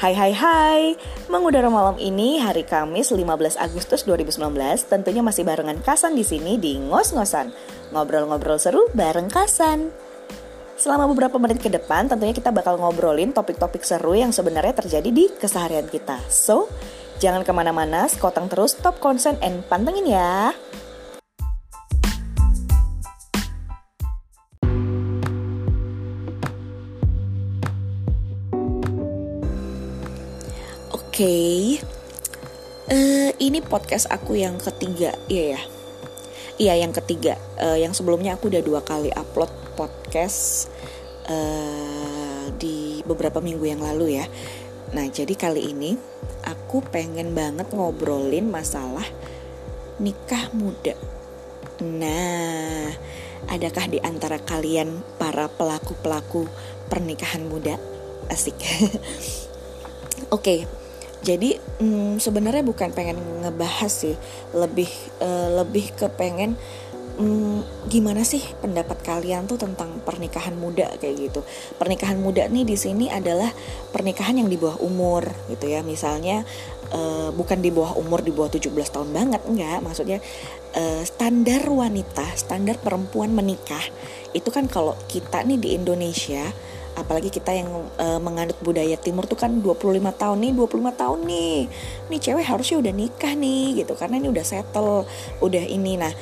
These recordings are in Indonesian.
Hai hai hai, mengudara malam ini hari Kamis 15 Agustus 2019 tentunya masih barengan Kasan di sini di Ngos-Ngosan. Ngobrol-ngobrol seru bareng Kasan. Selama beberapa menit ke depan tentunya kita bakal ngobrolin topik-topik seru yang sebenarnya terjadi di keseharian kita. So, jangan kemana-mana, sekotang terus, top konsen and pantengin ya. Oke, ini podcast aku yang ketiga, iya ya. Iya yang ketiga. Yang sebelumnya aku udah 2 kali upload podcast di beberapa minggu yang lalu ya. Nah jadi kali ini aku pengen banget ngobrolin masalah nikah muda. Nah, adakah di antara kalian para pelaku-pelaku pernikahan muda? Asik. Oke. Jadi sebenarnya bukan pengen ngebahas sih, lebih ke pengen gimana sih pendapat kalian tuh tentang pernikahan muda kayak gitu. Pernikahan muda nih di sini adalah pernikahan yang di bawah umur gitu ya. Misalnya bukan di bawah umur di bawah 17 tahun banget, enggak. Maksudnya standar wanita, standar perempuan menikah itu kan kalau kita nih di Indonesia, apalagi kita yang menganut budaya timur tuh kan 25 tahun nih cewek harusnya udah nikah nih gitu, karena ini udah settle, udah ini. Nah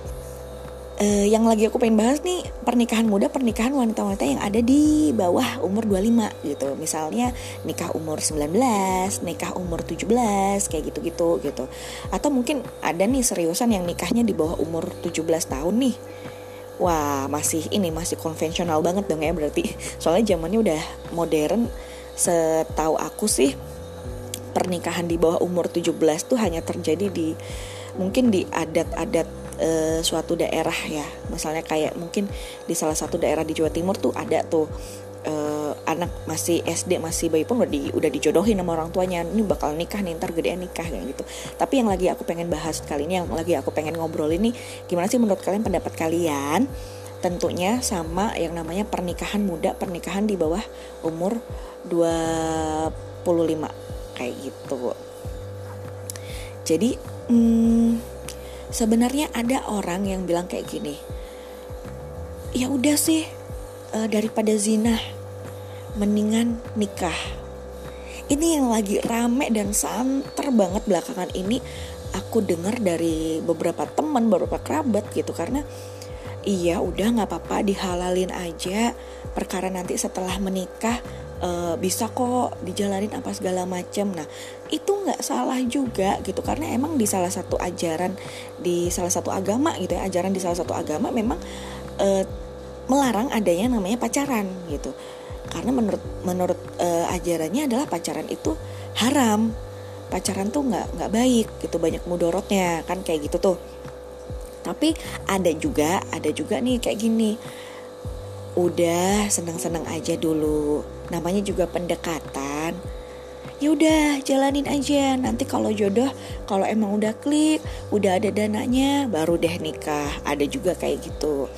yang lagi aku pengen bahas nih pernikahan muda, pernikahan wanita-wanita yang ada di bawah umur 25 gitu. Misalnya nikah umur 19, nikah umur 17 kayak gitu-gitu gitu. Atau mungkin ada nih seriusan yang nikahnya di bawah umur 17 tahun nih. Wah masih konvensional banget dong ya berarti. Soalnya zamannya udah modern. Setahu aku sih pernikahan di bawah umur 17 tuh hanya terjadi mungkin di adat-adat suatu daerah ya. Misalnya kayak mungkin di salah satu daerah di Jawa Timur tuh ada tuh anak masih SD, masih bayi pun udah dijodohin sama orang tuanya, ini bakal nikah nih, ntar gedean nikah kayak gitu. Tapi yang lagi aku pengen bahas kali ini, yang lagi aku pengen ngobrolin nih, gimana sih menurut kalian, pendapat kalian tentunya sama yang namanya pernikahan muda, pernikahan di bawah umur 25 kayak gitu. Jadi sebenarnya ada orang yang bilang kayak gini, ya udah sih daripada zina mendingan nikah. Ini yang lagi rame dan santer banget belakangan ini aku dengar dari beberapa teman, beberapa kerabat gitu. Karena iya udah gak apa-apa dihalalin aja, perkara nanti setelah menikah bisa kok dijalanin apa segala macam. Nah itu gak salah juga gitu, karena emang di salah satu ajaran, di salah satu agama gitu ya, ajaran di salah satu agama memang melarang adanya namanya pacaran gitu. Karena menurut ajarannya adalah pacaran itu haram, pacaran tuh nggak baik gitu, banyak mudorotnya kan kayak gitu tuh. Tapi ada juga nih kayak gini, udah senang-senang aja dulu, namanya juga pendekatan. Ya udah jalanin aja, nanti kalau jodoh, kalau emang udah klik, udah ada dananya, baru deh nikah. Ada juga kayak gitu.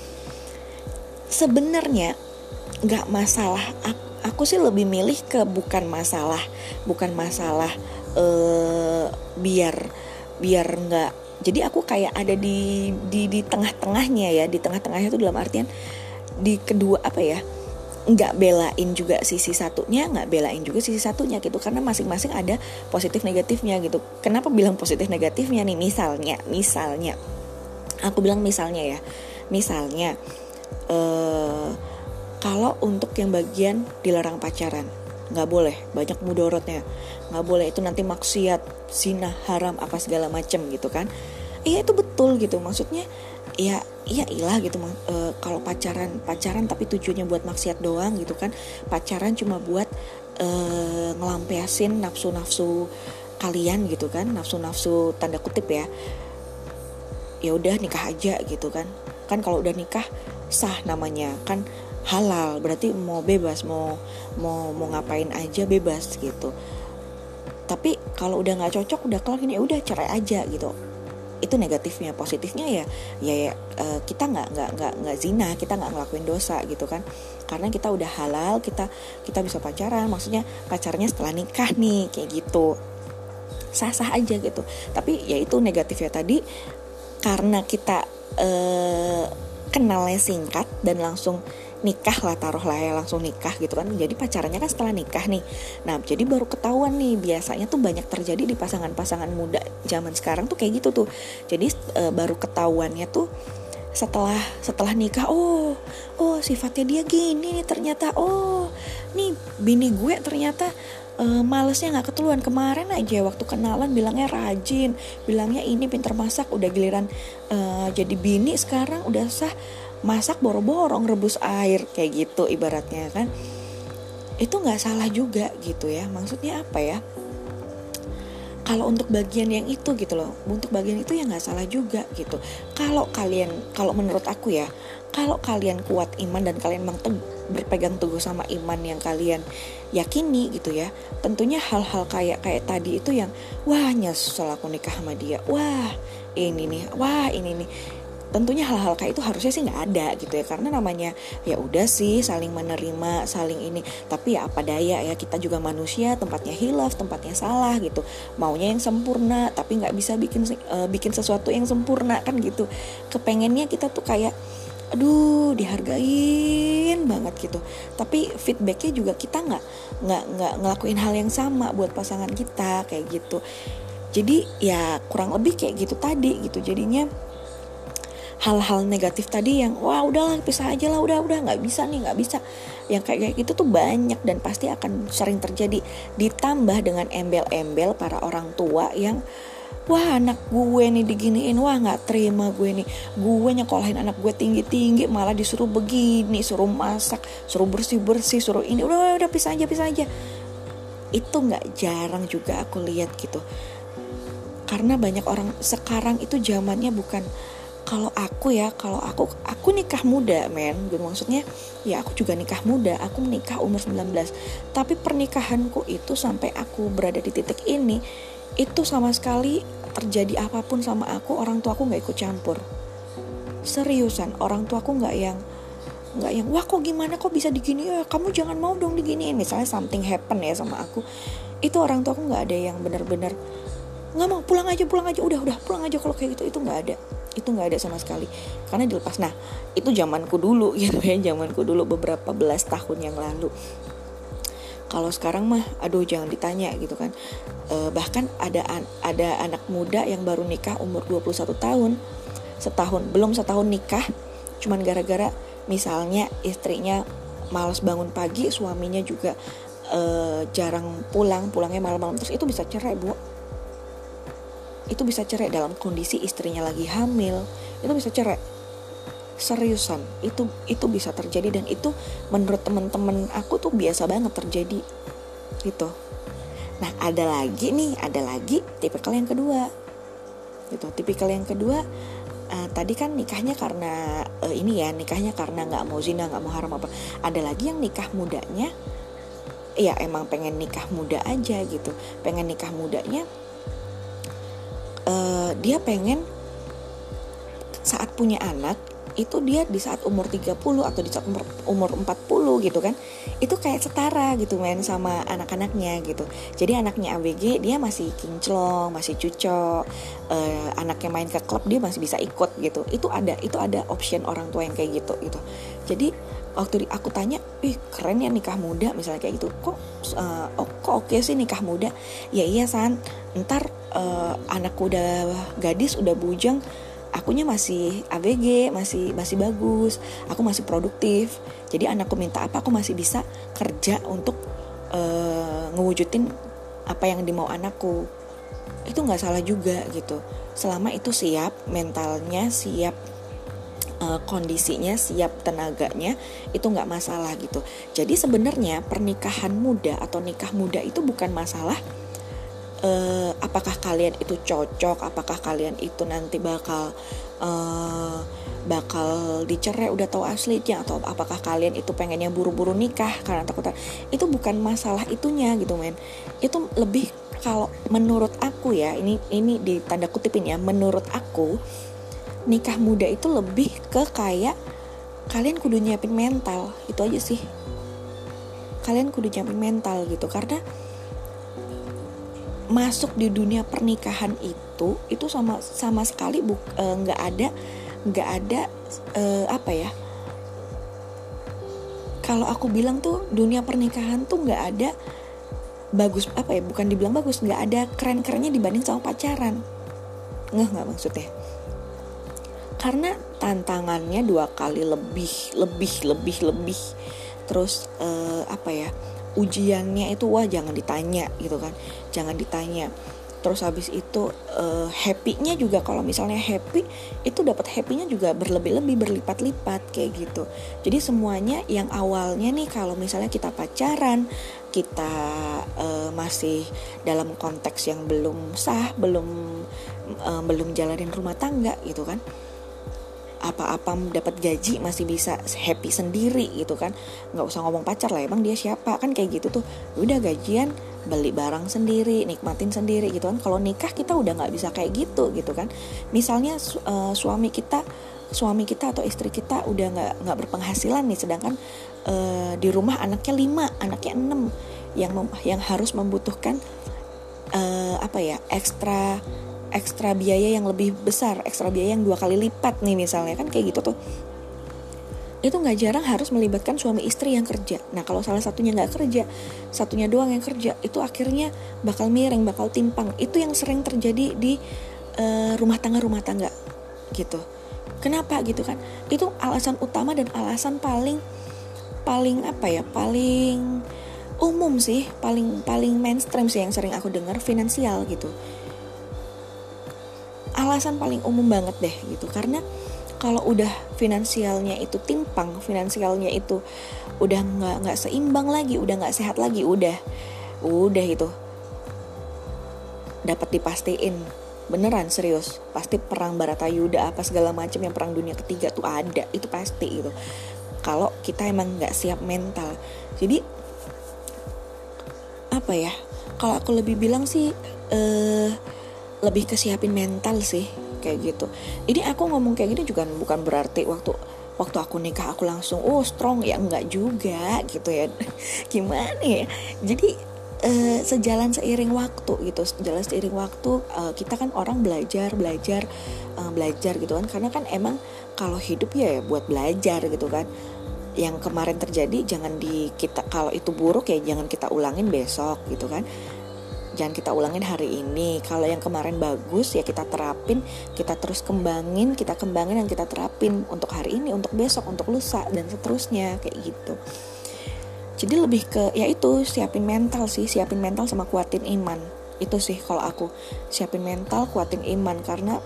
Sebenarnya nggak masalah, aku sih lebih milih ke bukan masalah biar nggak. Jadi aku kayak ada di tengah-tengahnya ya, di tengah-tengahnya itu dalam artian di kedua apa ya, nggak belain juga sisi satunya, nggak belain juga sisi satunya gitu, karena masing-masing ada positif negatifnya gitu. Kenapa bilang positif negatifnya nih? Misalnya aku bilang misalnya kalau untuk yang bagian dilarang pacaran, nggak boleh, banyak mudorotnya, nggak boleh, itu nanti maksiat, zina, haram, apa segala macem gitu kan. Iya itu betul gitu, maksudnya ya iyalah gitu. Kalau pacaran tapi tujuannya buat maksiat doang gitu kan, pacaran cuma buat ngelampiasin nafsu kalian gitu kan, nafsu tanda kutip ya udah nikah aja gitu kan kalau udah nikah sah namanya kan, halal, berarti mau bebas, mau ngapain aja bebas gitu. Tapi kalau udah nggak cocok, udah kelar gini, ya udah cerai aja gitu. Itu negatifnya. Positifnya kita nggak zina, kita nggak ngelakuin dosa gitu kan, karena kita udah halal, kita bisa pacaran, maksudnya pacarnya setelah nikah nih kayak gitu, sah-sah aja gitu. Tapi ya itu negatifnya tadi, karena kita kenalnya singkat dan langsung nikah lah, taruhlah ya, langsung nikah gitu kan. Jadi pacarannya kan setelah nikah nih. Nah, jadi baru ketahuan nih, biasanya tuh banyak terjadi di pasangan-pasangan muda zaman sekarang tuh kayak gitu tuh. Jadi baru ketahuannya tuh setelah nikah. Oh sifatnya dia gini nih ternyata. Oh nih bini gue ternyata malesnya nggak ketuluan. Kemarin aja waktu kenalan bilangnya rajin, bilangnya ini pinter masak, udah giliran jadi bini sekarang udah sah masak boro-boro rebus air kayak gitu ibaratnya kan. Itu nggak salah juga gitu ya. Maksudnya apa ya, kalau untuk bagian yang itu gitu loh, untuk bagian itu ya nggak salah juga gitu. Kalau menurut aku ya, kalau kalian kuat iman dan kalian memang berpegang teguh sama iman yang kalian yakini gitu ya, tentunya hal-hal kayak tadi itu yang wah nyesel aku nikah sama dia, wah ini nih, tentunya hal-hal kayak itu harusnya sih nggak ada gitu ya, karena namanya ya udah sih saling menerima, saling ini. Tapi ya apa daya ya, kita juga manusia, tempatnya hilaf, tempatnya salah gitu. Maunya yang sempurna tapi nggak bisa bikin sesuatu yang sempurna kan gitu. Kepengennya kita tuh kayak aduh dihargain banget gitu, tapi feedbacknya juga kita nggak ngelakuin hal yang sama buat pasangan kita kayak gitu. Jadi ya kurang lebih kayak gitu tadi gitu. Jadinya hal-hal negatif tadi yang wah udahlah pisah aja lah, udah nggak bisa yang kayak gitu tuh banyak dan pasti akan sering terjadi. Ditambah dengan embel-embel para orang tua yang wah anak gue nih diginiin, wah nggak terima gue nyekolahin anak gue tinggi malah disuruh begini, suruh masak, suruh bersih suruh ini, udah pisah aja. Itu nggak jarang juga aku lihat gitu, karena banyak orang sekarang itu zamannya bukan. Kalau aku nikah muda gitu, maksudnya ya aku juga nikah muda, aku menikah umur 19. Tapi pernikahanku itu sampai aku berada di titik ini, itu sama sekali terjadi apapun sama aku, orang tua aku gak ikut campur. Seriusan, orang tua aku gak yang wah kok gimana, kok bisa digini, ya kamu jangan mau dong diginiin. Misalnya something happen ya sama aku, itu orang tua aku gak ada yang benar-benar nggak mau, pulang aja udah pulang aja. Kalau kayak gitu itu nggak ada sama sekali, karena dilepas. Nah itu zamanku dulu gitu ya, zamanku dulu beberapa belas tahun yang lalu. Kalau sekarang mah aduh jangan ditanya gitu kan. Bahkan ada anak muda yang baru nikah umur 21 tahun, belum setahun nikah, cuman gara-gara misalnya istrinya malas bangun pagi, suaminya juga jarang pulangnya malam-malam, terus itu bisa cerai, Bu. Itu bisa cerai dalam kondisi istrinya lagi hamil, itu bisa cerai. Seriusan, itu bisa terjadi, dan itu menurut teman-teman aku tuh biasa banget terjadi gitu. Nah ada lagi tipikal yang kedua gitu. Tipikal yang kedua tadi kan nikahnya karena nikahnya karena nggak mau zina, nggak mau haram apa. Ada lagi yang nikah mudanya ya emang pengen nikah muda aja gitu, pengen nikah mudanya. Dia pengen saat punya anak itu dia di saat umur 30 atau di saat umur 40 gitu kan, itu kayak setara gitu main sama anak-anaknya gitu. Jadi anaknya ABG dia masih kinclong, masih cucok, anaknya main ke klub dia masih bisa ikut gitu. Itu ada option orang tua yang kayak gitu. Jadi waktu aku tanya, keren ya nikah muda misalnya kayak gitu, kok oke sih nikah muda. Ya iya San, ntar anakku udah gadis, udah bujang, akunya masih ABG, masih bagus, aku masih produktif. Jadi anakku minta apa, aku masih bisa kerja untuk ngewujudin apa yang dimau anakku. Itu nggak salah juga gitu, selama itu siap mentalnya, siap kondisinya, siap tenaganya, itu nggak masalah gitu. Jadi sebenarnya pernikahan muda atau nikah muda itu bukan masalah apakah kalian itu cocok, apakah kalian itu nanti bakal dicerai udah tahu aslinya, atau apakah kalian itu pengennya buru-buru nikah karena takut. Itu bukan masalah itunya gitu men. Itu lebih kalau menurut aku ya, ini di tanda kutipin ya, menurut aku nikah muda itu lebih ke kayak kalian kudu nyiapin mental, itu aja sih. Kalian kudu nyiapin mental gitu, karena masuk di dunia pernikahan itu sama sekali nggak ada apa ya, kalau aku bilang tuh dunia pernikahan tuh nggak ada bagus apa ya, bukan dibilang bagus, nggak ada keren-kerennya dibanding sama pacaran. Nggak maksudnya, karena tantangannya 2 kali lebih, terus apa ya, ujiannya itu wah jangan ditanya gitu kan, jangan ditanya. Terus habis itu happy-nya juga, kalau misalnya happy itu dapat happy-nya juga berlebih-lebih, berlipat-lipat kayak gitu. Jadi semuanya yang awalnya nih, kalau misalnya kita pacaran, kita masih dalam konteks yang belum sah, belum jalanin rumah tangga gitu kan, apa-apa dapat gaji masih bisa happy sendiri gitu kan, nggak usah ngomong pacar lah, emang dia siapa kan, kayak gitu tuh. Udah gajian beli barang sendiri, nikmatin sendiri gitu kan. Kalau nikah kita udah nggak bisa kayak gitu kan. Misalnya suami kita atau istri kita udah nggak berpenghasilan nih, sedangkan di rumah anaknya 5, anaknya 6 yang harus membutuhkan apa ya, ekstra biaya yang lebih besar, ekstra biaya yang 2 kali lipat nih misalnya kan, kayak gitu tuh. Itu nggak jarang harus melibatkan suami istri yang kerja. Nah kalau salah satunya nggak kerja, satunya doang yang kerja, itu akhirnya bakal miring, bakal timpang. Itu yang sering terjadi di rumah tangga gitu. Kenapa gitu kan? Itu alasan utama dan alasan paling apa ya, paling umum sih, paling mainstream sih yang sering aku dengar, finansial gitu. Alasan paling umum banget deh gitu. Karena kalau udah finansialnya itu timpang, finansialnya itu udah nggak seimbang lagi, udah nggak sehat lagi, udah itu dapat dipastiin, beneran serius, pasti perang Baratayuda apa segala macam, yang perang dunia ketiga tuh ada, itu pasti gitu. Kalau kita emang nggak siap mental. Jadi apa ya, kalau aku lebih bilang sih lebih ke siapin mental sih kayak gitu. Ini aku ngomong kayak gini juga bukan berarti waktu aku nikah aku langsung strong, ya enggak juga gitu ya. Gimana ya, jadi sejalan seiring waktu gitu, kita kan orang belajar gitu kan, karena kan emang kalau hidup ya buat belajar gitu kan. Yang kemarin terjadi kalau itu buruk ya jangan kita ulangin besok gitu kan, jangan kita ulangin hari ini. Kalau yang kemarin bagus ya kita terapin, kita terus kembangin dan kita terapin untuk hari ini, untuk besok, untuk lusa dan seterusnya kayak gitu. Jadi lebih ke ya itu, siapin mental sama kuatin iman. Itu sih kalau aku, siapin mental, kuatin iman, karena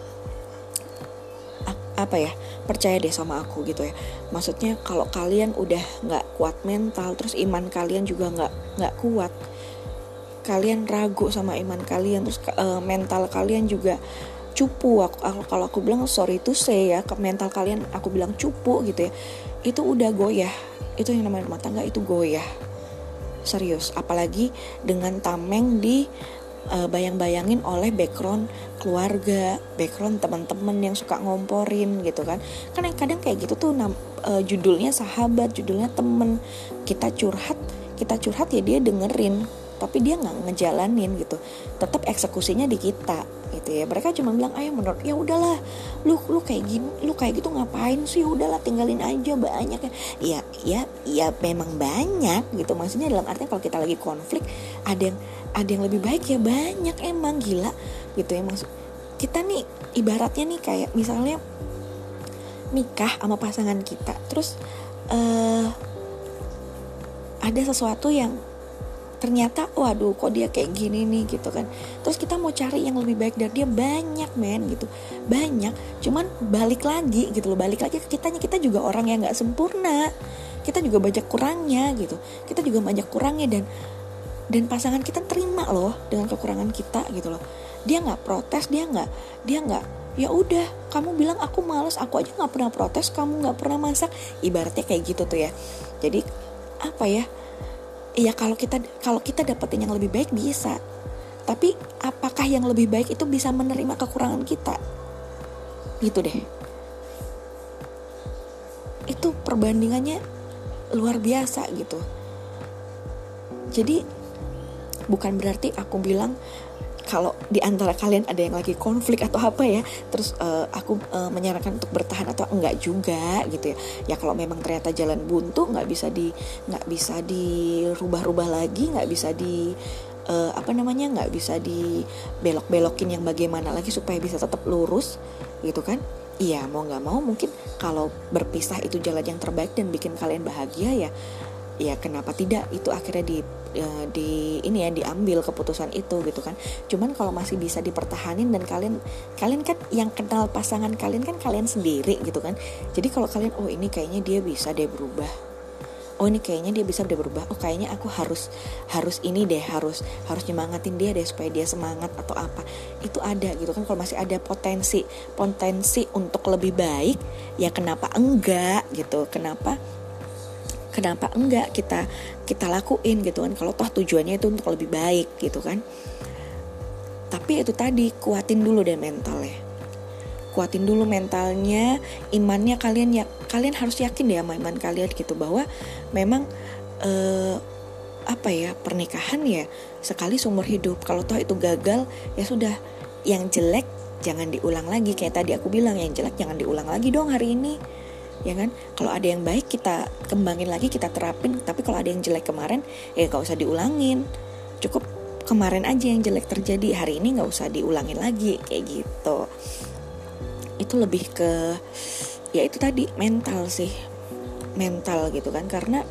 apa ya, percaya deh sama aku gitu ya. Maksudnya kalau kalian udah nggak kuat mental, terus iman kalian juga nggak kuat, kalian ragu sama iman kalian, terus mental kalian juga cupu. Kalau aku bilang sorry to say ya, ke mental kalian aku bilang cupu gitu ya, itu udah goyah. Itu yang namanya rumah tangga itu goyah serius. Apalagi dengan tameng di bayang-bayangin oleh background keluarga, background teman-teman yang suka ngomporin gitu kan. Kan kadang kayak gitu tuh judulnya sahabat, judulnya temen, kita curhat ya dia dengerin, tapi dia nggak ngejalanin gitu, tetap eksekusinya di kita gitu ya. Mereka cuma bilang ayo menurut, ya udahlah, lu kayak gini, lu kayak gitu ngapain sih, udahlah tinggalin aja, banyak ya memang banyak gitu. Maksudnya dalam artinya kalau kita lagi konflik, ada yang lebih baik ya banyak, emang gila gitu ya. Maksud kita nih ibaratnya nih kayak misalnya nikah sama pasangan kita, terus ada sesuatu yang ternyata waduh kok dia kayak gini nih gitu kan, terus kita mau cari yang lebih baik dari dia, banyak gitu, banyak, cuman balik lagi ke kitanya. Kita juga orang yang nggak sempurna, kita juga banyak kurangnya gitu, dan pasangan kita terima loh dengan kekurangan kita gitu loh. Dia nggak protes, dia nggak ya udah kamu bilang aku malas, aku aja nggak pernah protes, kamu nggak pernah masak, ibaratnya kayak gitu tuh ya. Jadi apa ya, iya kalau kita dapetin yang lebih baik bisa, Tapi apakah yang lebih baik itu bisa menerima kekurangan kita? Gitu deh. Itu perbandingannya luar biasa gitu. Jadi bukan berarti aku bilang kalau di antara kalian ada yang lagi konflik atau apa ya, terus aku menyarankan untuk bertahan atau enggak juga gitu ya. Ya kalau memang ternyata jalan buntu, nggak bisa dirubah-rubah lagi, nggak bisa nggak bisa dibelok-belokin yang bagaimana lagi supaya bisa tetap lurus gitu kan. Iya, mau nggak mau mungkin kalau berpisah itu jalan yang terbaik dan bikin kalian bahagia ya kenapa tidak, itu akhirnya diambil keputusan itu gitu kan. Cuman kalau masih bisa dipertahanin dan kalian kan yang kenal pasangan kalian kan kalian sendiri gitu kan. Jadi kalau kalian ini kayaknya dia bisa deh berubah, ini kayaknya dia bisa deh berubah, kayaknya aku harus ini deh, harus nyemangatin dia deh supaya dia semangat atau apa, itu ada gitu kan. Kalau masih ada potensi untuk lebih baik, ya kenapa enggak gitu, kenapa enggak kita lakuin gitu kan, kalau toh tujuannya itu untuk lebih baik gitu kan. Tapi itu tadi, kuatin dulu deh mentalnya, kuatin dulu mentalnya, imannya kalian harus yakin deh sama iman kalian gitu, bahwa memang pernikahan ya sekali seumur hidup. Kalau toh itu gagal ya sudah, yang jelek jangan diulang lagi. Kayak tadi aku bilang, yang jelek jangan diulang lagi dong hari ini, ya kan. Kalau ada yang baik kita kembangin lagi, kita terapin. Tapi kalau ada yang jelek kemarin ya gak usah diulangin, cukup kemarin aja yang jelek terjadi, hari ini gak usah diulangin lagi, kayak gitu. Itu lebih ke ya itu tadi, mental gitu kan. Karena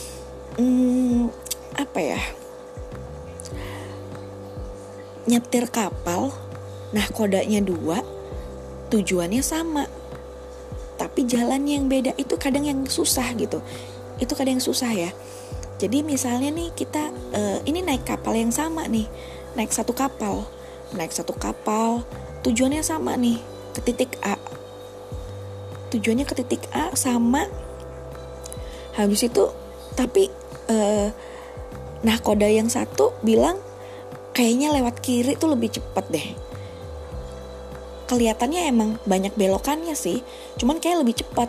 nyetir kapal, nah kodanya 2, tujuannya sama, tapi jalannya yang beda, itu kadang yang susah gitu. Itu kadang yang susah ya. Jadi misalnya nih kita ini naik kapal yang sama nih, naik satu kapal, tujuannya sama nih, ke titik A. Tujuannya ke titik A sama. Habis itu tapi nahkoda yang satu bilang kayaknya lewat kiri tuh lebih cepat deh. Kelihatannya emang banyak belokannya sih, cuman kayak lebih cepat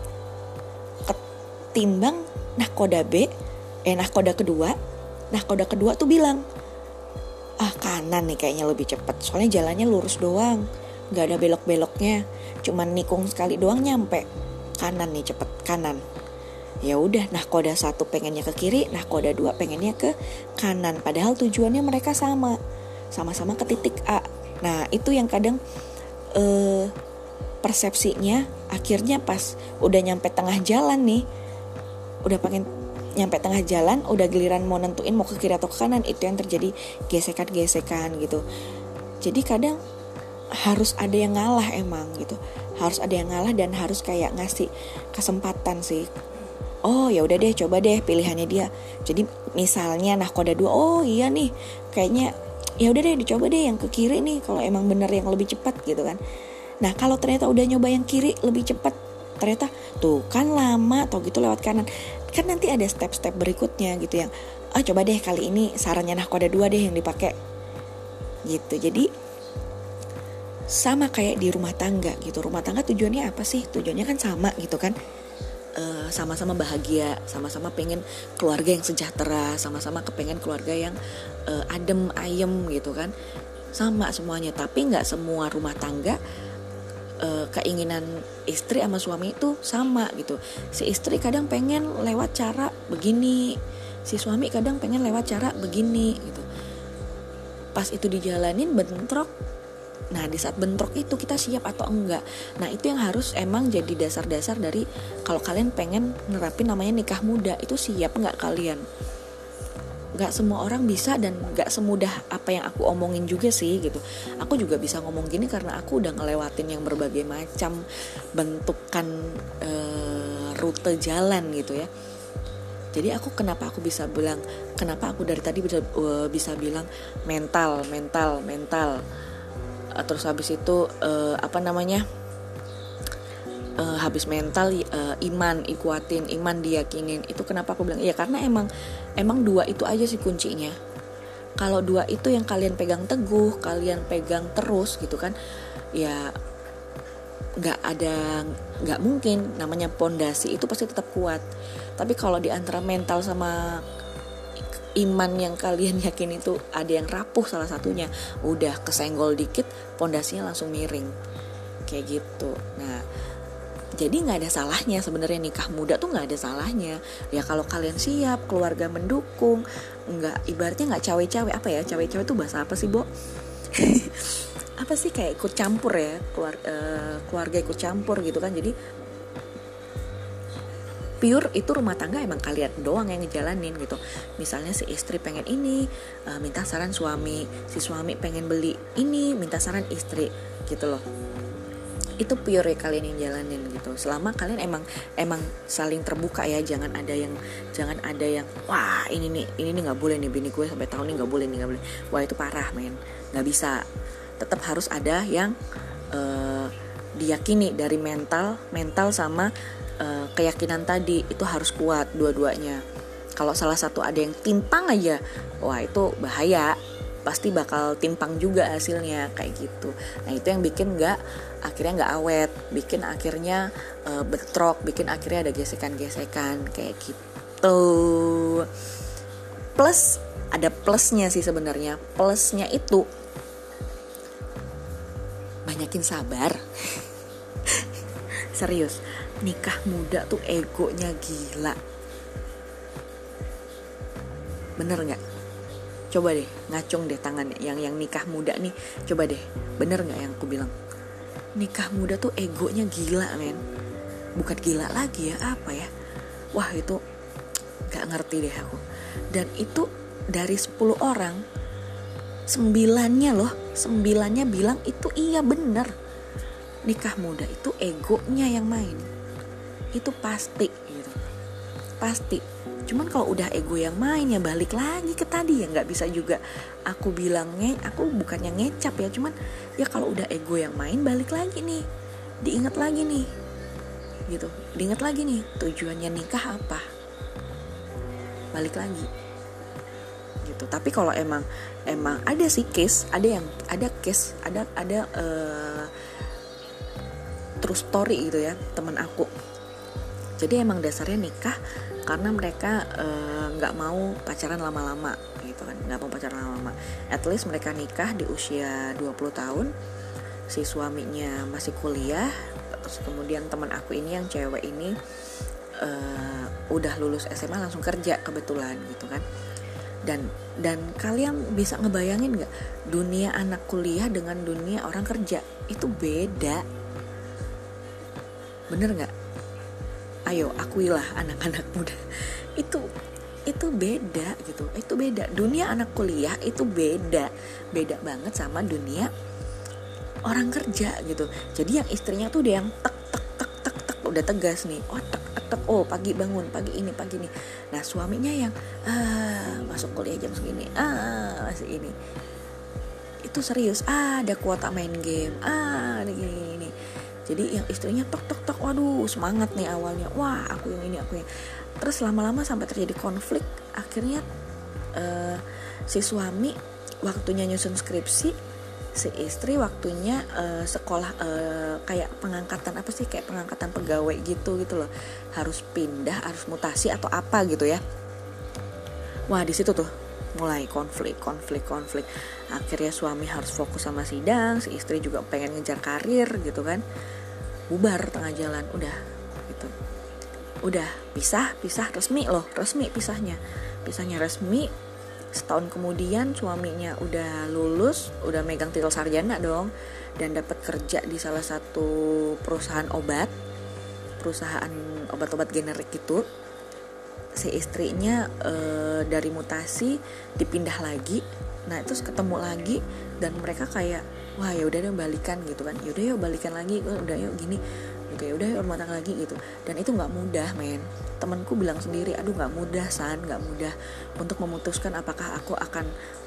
ketimbang nahkoda kedua. Nahkoda kedua tuh bilang kanan nih kayaknya lebih cepat, soalnya jalannya lurus doang, nggak ada belok-beloknya, cuman nikung sekali doang nyampe kanan nih, cepet kanan. Ya udah, nahkoda 1 pengennya ke kiri, nahkoda 2 pengennya ke kanan, padahal tujuannya mereka sama-sama ke titik A. Nah itu yang kadang persepsinya akhirnya pas udah nyampe tengah jalan nih, udah pengen nyampe tengah jalan, udah giliran mau nentuin mau ke kiri atau ke kanan, itu yang terjadi gesekan gitu. Jadi kadang harus ada yang ngalah emang gitu, harus ada yang ngalah dan harus kayak ngasih kesempatan sih. Ya udah deh, coba deh pilihannya dia. Jadi misalnya nahkoda 2, iya nih kayaknya ya udah deh dicoba deh yang ke kiri nih, kalau emang bener yang lebih cepat gitu kan. Nah kalau ternyata udah nyoba yang kiri lebih cepat, ternyata tuh kan lama atau gitu lewat kanan, kan nanti ada step-step berikutnya gitu yang coba deh kali ini sarannya nahkoda 2 deh yang dipakai gitu. Jadi sama kayak di rumah tangga gitu. Rumah tangga tujuannya apa sih? Tujuannya kan sama gitu kan, sama-sama bahagia, sama-sama pengen keluarga yang sejahtera, sama-sama kepengen keluarga yang adem ayem gitu kan, sama semuanya. Tapi nggak semua rumah tangga keinginan istri sama suami itu sama gitu. Si istri kadang pengen lewat cara begini, si suami kadang pengen lewat cara begini gitu. Pas itu dijalanin bentrok. Nah di saat bentrok itu kita siap atau enggak. Nah itu yang harus emang jadi dasar-dasar dari kalau kalian pengen nerapin namanya nikah muda, itu siap enggak kalian. Gak semua orang bisa dan gak semudah apa yang aku omongin juga sih gitu. Aku juga bisa ngomong gini karena aku udah ngelewatin yang berbagai macam bentukan rute jalan gitu ya. Jadi kenapa aku bisa bilang, kenapa aku dari tadi bisa bilang mental. Terus habis itu habis mental iman, ikuatin iman, diyakinin. Itu kenapa aku bilang iya, karena emang 2 itu aja sih kuncinya. Kalau dua itu yang kalian pegang teguh, kalian pegang terus gitu kan, ya nggak mungkin, namanya pondasi itu pasti tetap kuat. Tapi kalau di antara mental sama iman yang kalian yakin itu ada yang rapuh salah satunya, udah kesenggol dikit pondasinya langsung miring kayak gitu. Nah, jadi nggak ada salahnya sebenarnya nikah muda tuh, nggak ada salahnya ya kalau kalian siap, keluarga mendukung. Nggak, ibaratnya nggak cawe-cawe, apa ya, cawe-cawe itu bahasa apa sih, Bo? Apa sih, kayak ikut campur ya, keluarga ikut campur gitu kan. Jadi pure itu rumah tangga emang kalian doang yang ngejalanin gitu. Misalnya si istri pengen ini, minta saran suami, si suami pengen beli ini, minta saran istri gitu loh. Itu pure ya kalian yang jalanin gitu. Selama kalian emang saling terbuka ya, jangan ada yang wah ini nih nggak boleh nih, bini gue sampai tahun ini nggak boleh. Wah itu parah men, nggak bisa. Tetap harus ada yang diyakini dari mental sama keyakinan tadi, itu harus kuat dua-duanya. Kalau salah satu ada yang timpang aja, wah itu bahaya, pasti bakal timpang juga hasilnya kayak gitu. Nah itu yang bikin akhirnya nggak awet, bikin akhirnya bentrok, bikin akhirnya ada gesekan-gesekan kayak gitu. Plus ada plusnya sih sebenarnya. Plusnya itu banyakin sabar. Serius, nikah muda tuh egonya gila. Bener nggak? Coba deh ngacung deh tangannya yang nikah muda nih. Coba deh, bener nggak yang aku bilang? Nikah muda tuh egonya gila men. Bukan gila lagi ya, apa ya? Wah itu nggak ngerti deh aku. Dan itu dari 10 orang 9-nya bilang itu iya bener. Nikah muda itu egonya yang main. Itu pasti gitu. Pasti. Cuman kalau udah ego yang main ya balik lagi ke tadi ya, nggak bisa juga aku bilangnya, aku bukannya ngecap ya, cuman ya kalau udah ego yang main balik lagi nih, diingat lagi nih gitu, diingat lagi nih tujuannya nikah apa, balik lagi gitu. Tapi kalau emang ada sih case, ada true story gitu ya, teman aku. Jadi emang dasarnya nikah karena mereka nggak mau pacaran lama-lama gitu kan, nggak mau pacaran lama-lama. At least mereka nikah di usia 20 tahun, si suaminya masih kuliah. Terus kemudian teman aku ini yang cewek ini udah lulus SMA langsung kerja kebetulan gitu kan. Dan kalian bisa ngebayangin nggak, dunia anak kuliah dengan dunia orang kerja itu beda, bener nggak? Ayo akuilah anak-anak muda, itu beda gitu, itu beda. Dunia anak kuliah itu beda banget sama dunia orang kerja gitu. Jadi yang istrinya tuh udah yang tek udah tegas nih, oh tek oh pagi bangun, pagi ini. Nah suaminya yang masuk kuliah jam segini, masih ini. Itu serius, ada kuota main game, ada gini. Jadi yang istrinya tok, waduh semangat nih awalnya, wah aku yang ini, aku yang. Terus lama-lama sampai terjadi konflik, akhirnya si suami waktunya nyusun skripsi, si istri waktunya sekolah, kayak pengangkatan apa sih, kayak pengangkatan pegawai gitu loh, harus pindah, harus mutasi atau apa gitu ya. Wah di situ tuh mulai konflik. Akhirnya suami harus fokus sama sidang, si istri juga pengen ngejar karir gitu kan. Bubar tengah jalan, udah gitu. Udah pisah resmi pisahnya resmi. Setahun kemudian suaminya udah lulus, udah megang titel sarjana dong, dan dapat kerja di salah satu perusahaan obat-obat generik gitu. Si istrinya dari mutasi dipindah lagi, nah terus ketemu lagi, dan mereka kayak wah ya udah deh balikan gitu kan, yaudah yuk balikan lagi, udah yuk gini gitu, ya udah yuk rumah tangga lagi gitu. Dan itu nggak mudah men, temanku bilang sendiri, aduh nggak mudah nggak mudah untuk memutuskan apakah aku akan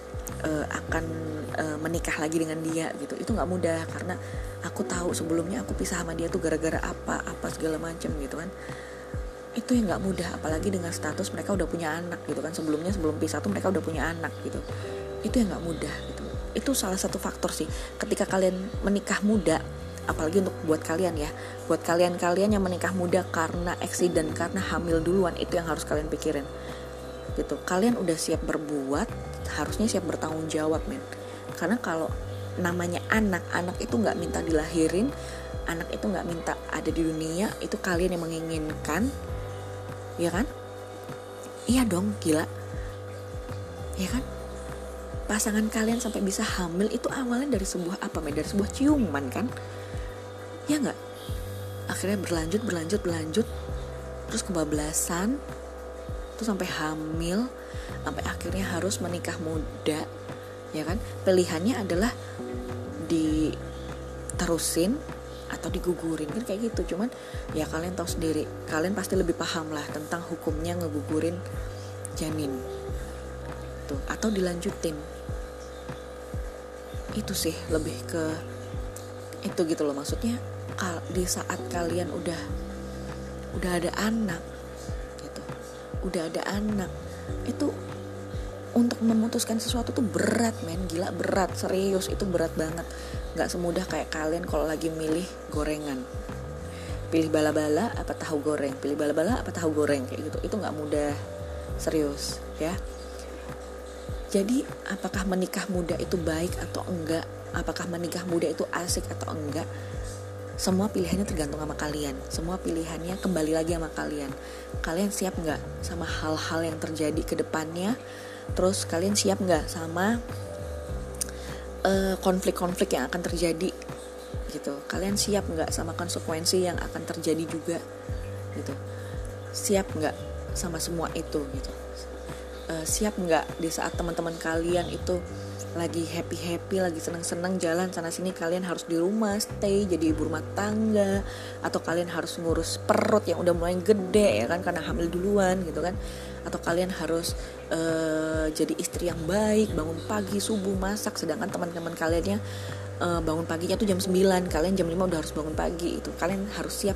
menikah lagi dengan dia gitu. Itu nggak mudah karena aku tahu sebelumnya aku pisah sama dia tuh gara-gara apa segala macam gitu kan. Itu yang nggak mudah, apalagi dengan status mereka udah punya anak gitu kan, sebelum pisah tuh mereka udah punya anak gitu. itu yang nggak mudah gitu. Itu salah satu faktor sih ketika kalian menikah muda, apalagi untuk buat kalian ya, buat kalian yang menikah muda karena eksiden, karena hamil duluan, itu yang harus kalian pikirin gitu. Kalian udah siap berbuat, harusnya siap bertanggung jawab men. Karena kalau namanya anak itu nggak minta dilahirin, anak itu nggak minta ada di dunia, itu kalian yang menginginkan, ya kan? Iya dong, gila, ya kan? Pasangan kalian sampai bisa hamil itu awalnya dari sebuah apa men? Dari sebuah ciuman kan? Ya nggak? Akhirnya berlanjut, terus kebablasan, terus sampai hamil, sampai akhirnya harus menikah muda, ya kan? Pilihannya adalah diterusin atau digugurin kan kayak gitu. Cuman ya kalian tahu sendiri, kalian pasti lebih paham lah tentang hukumnya ngegugurin janin tuh, atau dilanjutin. Itu sih lebih ke itu gitu loh, maksudnya di saat kalian udah ada anak gitu, udah ada anak itu untuk memutuskan sesuatu tuh berat men, gila berat, serius itu berat banget. Nggak semudah kayak kalian kalau lagi milih gorengan, pilih bala-bala apa tahu goreng, pilih bala-bala apa tahu goreng kayak gitu, itu nggak mudah, serius ya. Jadi apakah menikah muda itu baik atau enggak, apakah menikah muda itu asik atau enggak, semua pilihannya tergantung sama kalian. Semua pilihannya kembali lagi sama kalian. Kalian siap nggak sama hal-hal yang terjadi ke depannya? Terus kalian siap nggak sama konflik-konflik yang akan terjadi gitu? Kalian siap nggak sama konsekuensi yang akan terjadi juga gitu? Siap nggak sama semua itu gitu? Siap nggak di saat teman-teman kalian itu lagi happy, lagi seneng-seneng jalan sana sini, kalian harus di rumah stay jadi ibu rumah tangga, atau kalian harus ngurus perut yang udah mulai gede ya kan karena hamil duluan gitu kan, atau kalian harus jadi istri yang baik, bangun pagi subuh masak, sedangkan teman-teman kaliannya bangun paginya tuh jam 9, kalian jam 5 udah harus bangun pagi. Itu kalian harus siap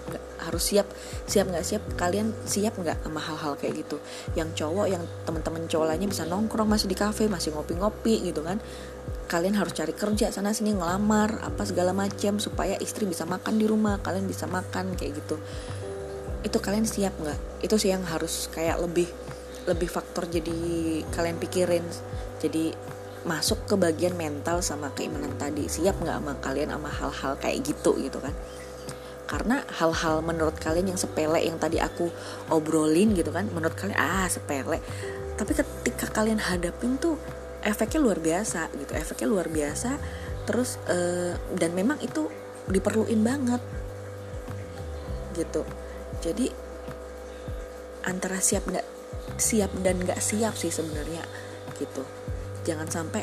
nggak siap, kalian siap nggak sama hal-hal kayak gitu. Yang cowok, yang teman-teman cowok lainnya bisa nongkrong masih di kafe, masih ngopi-ngopi gitu kan, kalian harus cari kerja sana sini, ngelamar apa segala macam supaya istri bisa makan di rumah, kalian bisa makan kayak gitu. Itu kalian siap nggak? Itu sih yang harus kayak lebih faktor jadi kalian pikirin. Jadi masuk ke bagian mental sama keimanan tadi, siap nggak sama kalian sama hal-hal kayak gitu kan. Karena hal-hal menurut kalian yang sepele yang tadi aku obrolin gitu kan, menurut kalian sepele, tapi ketika kalian hadapin tuh efeknya luar biasa gitu, efeknya luar biasa. Terus dan memang itu diperluin banget gitu. Jadi antara siap dan nggak siap sih sebenarnya gitu. Jangan sampai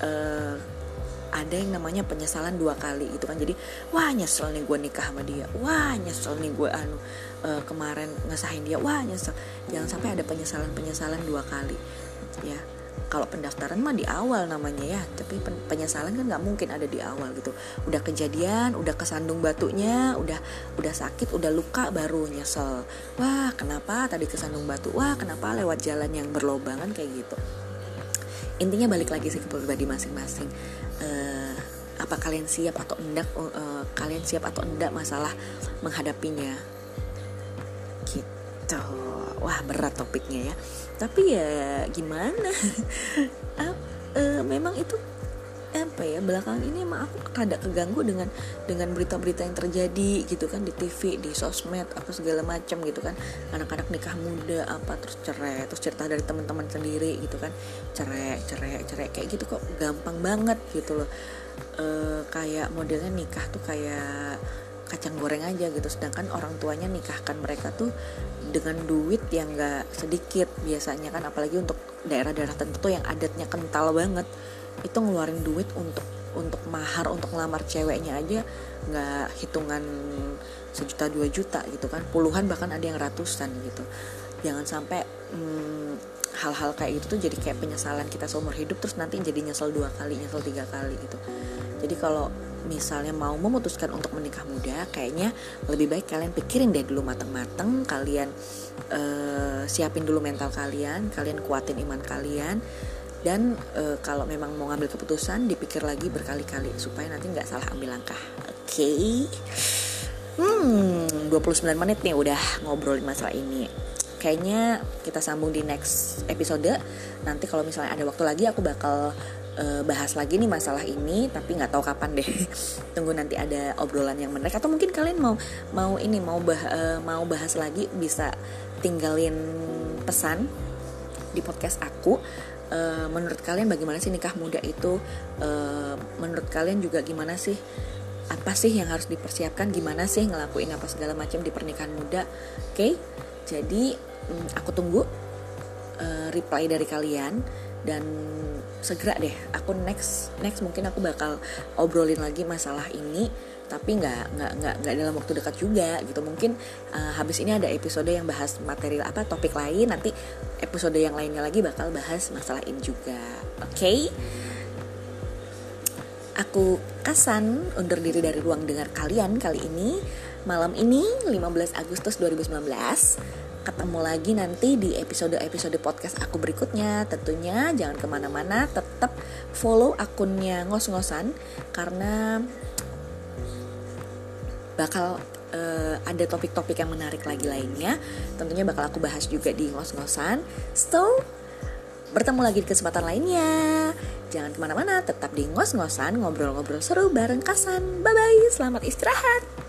ada yang namanya penyesalan 2 kali gitu kan. Jadi wah nyesel nih gue nikah sama dia, wah nyesel nih gue kemarin ngesahin dia, wah nyesel. Jangan sampai ada penyesalan 2 kali ya. Kalau pendaftaran mah di awal namanya ya, tapi penyesalan kan nggak mungkin ada di awal gitu. Udah kejadian, udah kesandung batunya, udah sakit, udah luka, baru nyesel. Wah kenapa tadi kesandung batu, wah kenapa lewat jalan yang berlobangan kayak gitu. Intinya balik lagi sih ke pribadi masing-masing. Apa kalian siap atau enggak masalah menghadapinya gitu. Wah berat topiknya ya, tapi ya gimana. Memang itu apa ya, belakangan ini emang aku rada keganggu dengan berita-berita yang terjadi gitu kan di TV, di sosmed apa segala macam gitu kan. Anak-anak nikah muda apa terus cerai, terus cerita dari teman-teman sendiri gitu kan, cerai kayak gitu kok gampang banget gitu loh. Kayak modelnya nikah tuh kayak kacang goreng aja gitu, sedangkan orang tuanya nikahkan mereka tuh dengan duit yang gak sedikit biasanya kan, apalagi untuk daerah-daerah tertentu yang adatnya kental banget, itu ngeluarin duit untuk mahar, untuk ngelamar ceweknya aja nggak hitungan 1-2 juta gitu kan, puluhan bahkan ada yang ratusan gitu. Jangan sampai hal-hal kayak gitu tuh jadi kayak penyesalan kita seumur hidup, terus nanti jadi nyesel 2 kali, nyesel 3 kali gitu. Jadi kalau misalnya mau memutuskan untuk menikah muda, kayaknya lebih baik kalian pikirin deh dulu matang-matang, kalian siapin dulu mental kalian kuatin iman kalian, Dan kalau memang mau ngambil keputusan, dipikir lagi berkali-kali supaya nanti nggak salah ambil langkah. Oke. 29 menit nih udah ngobrolin masalah ini. Kayaknya kita sambung di next episode. Nanti kalau misalnya ada waktu lagi aku bakal bahas lagi nih masalah ini, tapi nggak tahu kapan deh. Tunggu nanti ada obrolan yang menarik, atau mungkin kalian mau bahas lagi, bisa tinggalin pesan di podcast aku. Menurut kalian bagaimana sih nikah muda itu? Menurut kalian juga gimana sih? Apa sih yang harus dipersiapkan? Gimana sih ngelakuin apa segala macam di pernikahan muda? Oke, jadi aku tunggu reply dari kalian. Dan segera deh, aku next mungkin aku bakal obrolin lagi masalah ini, tapi nggak dalam waktu dekat juga gitu. Mungkin habis ini ada episode yang bahas materi topik lain, nanti episode yang lainnya lagi bakal bahas masalah ini juga. Oke? Aku Kasan undur diri dari ruang dengar kalian kali ini, malam ini 15 Agustus 2019. Ketemu lagi nanti di episode podcast aku berikutnya. Tentunya jangan kemana-mana, tetap follow akunnya ngos-ngosan, karena bakal ada topik-topik yang menarik lagi lainnya. Tentunya bakal aku bahas juga di ngos-ngosan. So, bertemu lagi di kesempatan lainnya. Jangan kemana-mana, tetap di ngos-ngosan, ngobrol-ngobrol seru bareng Kasan. Bye-bye, selamat istirahat.